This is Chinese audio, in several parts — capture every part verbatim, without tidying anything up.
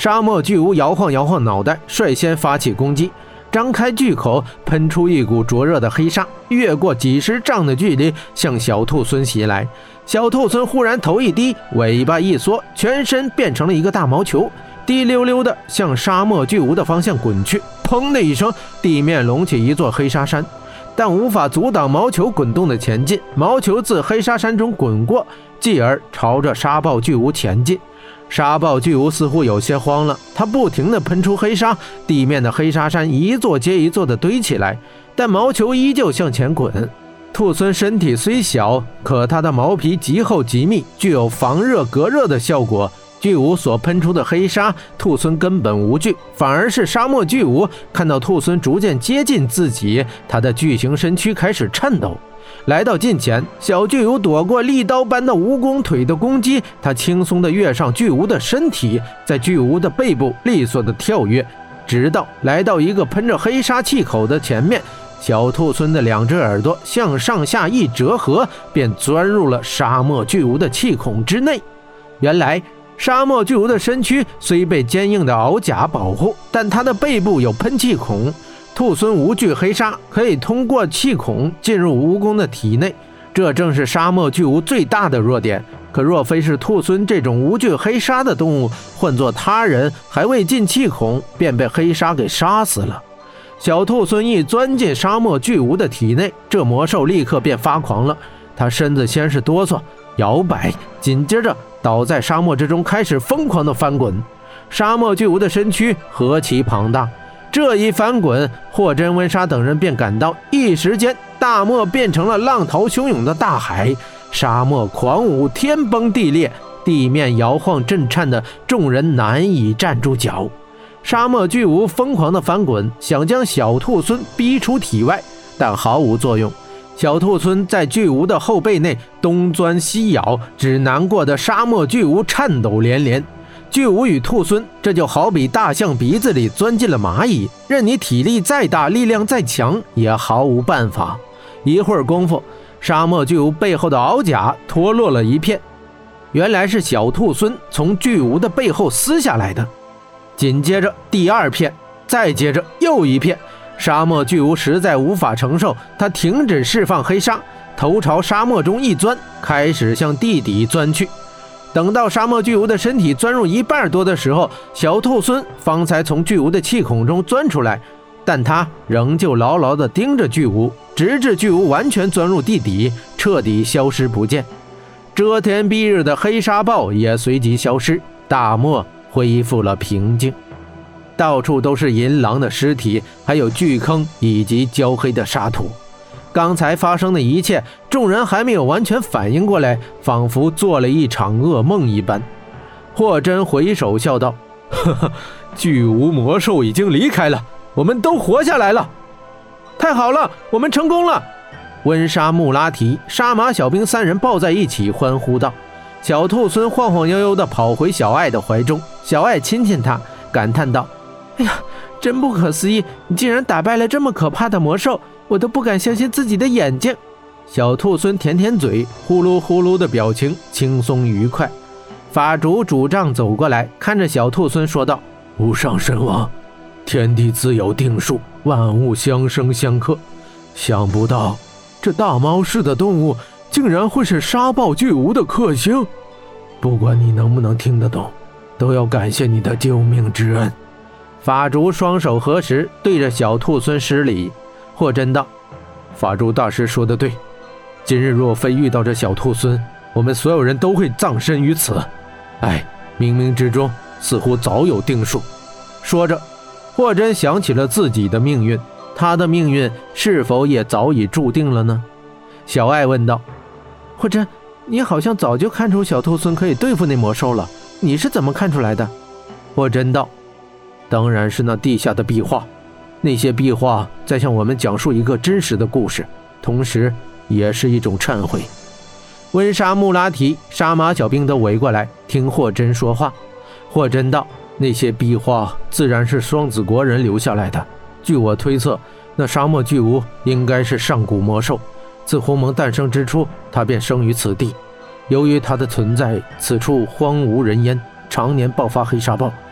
沙漠巨无摇晃摇晃脑袋，率先发起攻击，张开巨口，喷出一股灼热的黑沙，越过几十丈的距离向小兔狲袭来。小兔狲忽然头一低，尾巴一缩，全身变成了一个大毛球，滴溜溜的向沙漠巨无的方向滚去。砰的一声，地面隆起一座黑沙山，但无法阻挡毛球滚动的前进。毛球自黑沙山中滚过，继而朝着沙暴巨无前进。沙暴巨无似乎有些慌了，他不停地喷出黑沙，地面的黑沙山一座接一座地堆起来，但毛球依旧向前滚。兔狲身体虽小，可它的毛皮极厚极密，具有防热隔热的效果。巨无所喷出的黑沙，兔狲根本无惧，反而是沙漠巨无看到兔狲逐渐接近自己，它的巨型身躯开始颤抖。来到近前，小巨无躲过利刀般的蜈蚣腿的攻击，它轻松地跃上巨无的身体，在巨无的背部利索地跳跃，直到来到一个喷着黑沙气口的前面。小兔狲的两只耳朵向上下一折合，便钻入了沙漠巨无的气孔之内。原来沙漠巨无的身躯虽被坚硬的螯甲保护，但它的背部有喷气孔。兔狲无惧黑沙，可以通过气孔进入蜈蚣的体内，这正是沙漠巨无最大的弱点。可若非是兔狲这种无惧黑沙的动物，换作他人还未进气孔，便被黑沙给杀死了。小兔狲一钻进沙漠巨无的体内，这魔兽立刻便发狂了。它身子先是哆嗦摇摆，紧接着倒在沙漠之中，开始疯狂的翻滚。沙漠巨无的身躯何其庞大，这一翻滚，霍真、温莎等人便感到，一时间大漠变成了浪涛汹涌的大海，沙漠狂舞，天崩地裂，地面摇晃震颤的，众人难以站住脚。沙漠巨无疯狂的翻滚，想将小兔狲逼出体外，但毫无作用。小兔狲在巨无的后背内东钻西咬，只难过的沙漠巨无颤抖连连。巨无与兔狲这就好比大象鼻子里钻进了蚂蚁，任你体力再大，力量再强，也毫无办法。一会儿功夫，沙漠巨无背后的螯甲脱落了一片，原来是小兔狲从巨无的背后撕下来的。紧接着第二片，再接着又一片，沙漠巨无实在无法承受，它停止释放黑沙，头朝沙漠中一钻，开始向地底钻去。等到沙漠巨无的身体钻入一半多的时候，小兔狲方才从巨无的气孔中钻出来，但它仍旧牢牢地盯着巨无，直至巨无完全钻入地底，彻底消失不见。遮天蔽日的黑沙暴也随即消失，大漠恢复了平静，到处都是银狼的尸体，还有巨坑以及焦黑的沙土。刚才发生的一切，众人还没有完全反应过来，仿佛做了一场噩梦一般。霍真回首笑道：呵呵，巨无魔兽已经离开了，我们都活下来了。太好了，我们成功了！温莎、穆拉提、杀马小兵三人抱在一起欢呼道。小兔狲晃晃悠悠地跑回小爱的怀中，小爱亲亲他，感叹道：哎呀，真不可思议，你竟然打败了这么可怕的魔兽，我都不敢相信自己的眼睛。小兔狲舔舔嘴，呼噜呼噜的表情轻松愉快。法主主杖走过来，看着小兔狲说道：无上神王，天地自有定数，万物相生相克，想不到这大猫似的动物竟然会是沙暴巨无的克星，不管你能不能听得懂，都要感谢你的救命之恩。法主双手合十，对着小兔狲施礼。霍真道：法主大师说得对，今日若非遇到这小兔狲，我们所有人都会葬身于此。哎，冥冥之中似乎早有定数。说着，霍真想起了自己的命运，他的命运是否也早已注定了呢？小爱问道：霍真，你好像早就看出小兔狲可以对付那魔兽了，你是怎么看出来的？霍真道：当然是那地下的壁画，那些壁画在向我们讲述一个真实的故事，同时也是一种忏悔。温莎、穆拉提、杀马小兵都围过来听霍真说话。霍真道：那些壁画自然是双子国人留下来的，据我推测，那沙漠巨无应该是上古魔兽，自鸿蒙诞生之初，它便生于此地。由于它的存在，此处荒无人烟，常年爆发黑沙暴，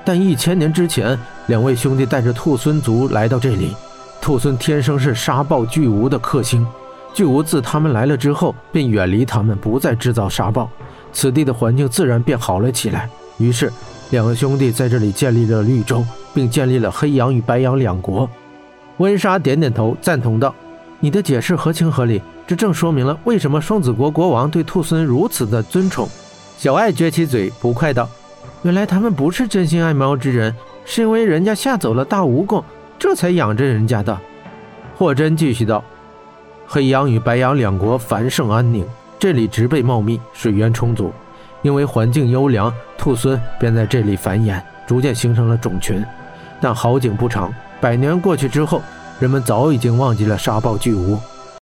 但一千年之前，两位兄弟带着兔孙族来到这里。兔孙天生是沙暴巨无的克星，巨无自他们来了之后便远离他们，不再制造沙暴，此地的环境自然变好了起来。于是两个兄弟在这里建立了绿洲，并建立了黑羊与白羊两国。温莎点点头赞同道，你的解释合情合理，这正说明了为什么双子国国王对兔孙如此的尊崇。小爱撅起嘴不快道，原来他们不是真心爱猫之人，是因为人家吓走了大蜈蚣，这才养着人家的。霍真继续道，黑羊与白羊两国繁盛安宁，这里植被茂密，水源充足，因为环境优良，兔孙便在这里繁衍，逐渐形成了种群。但好景不长，百年过去之后，人们早已经忘记了沙暴巨无，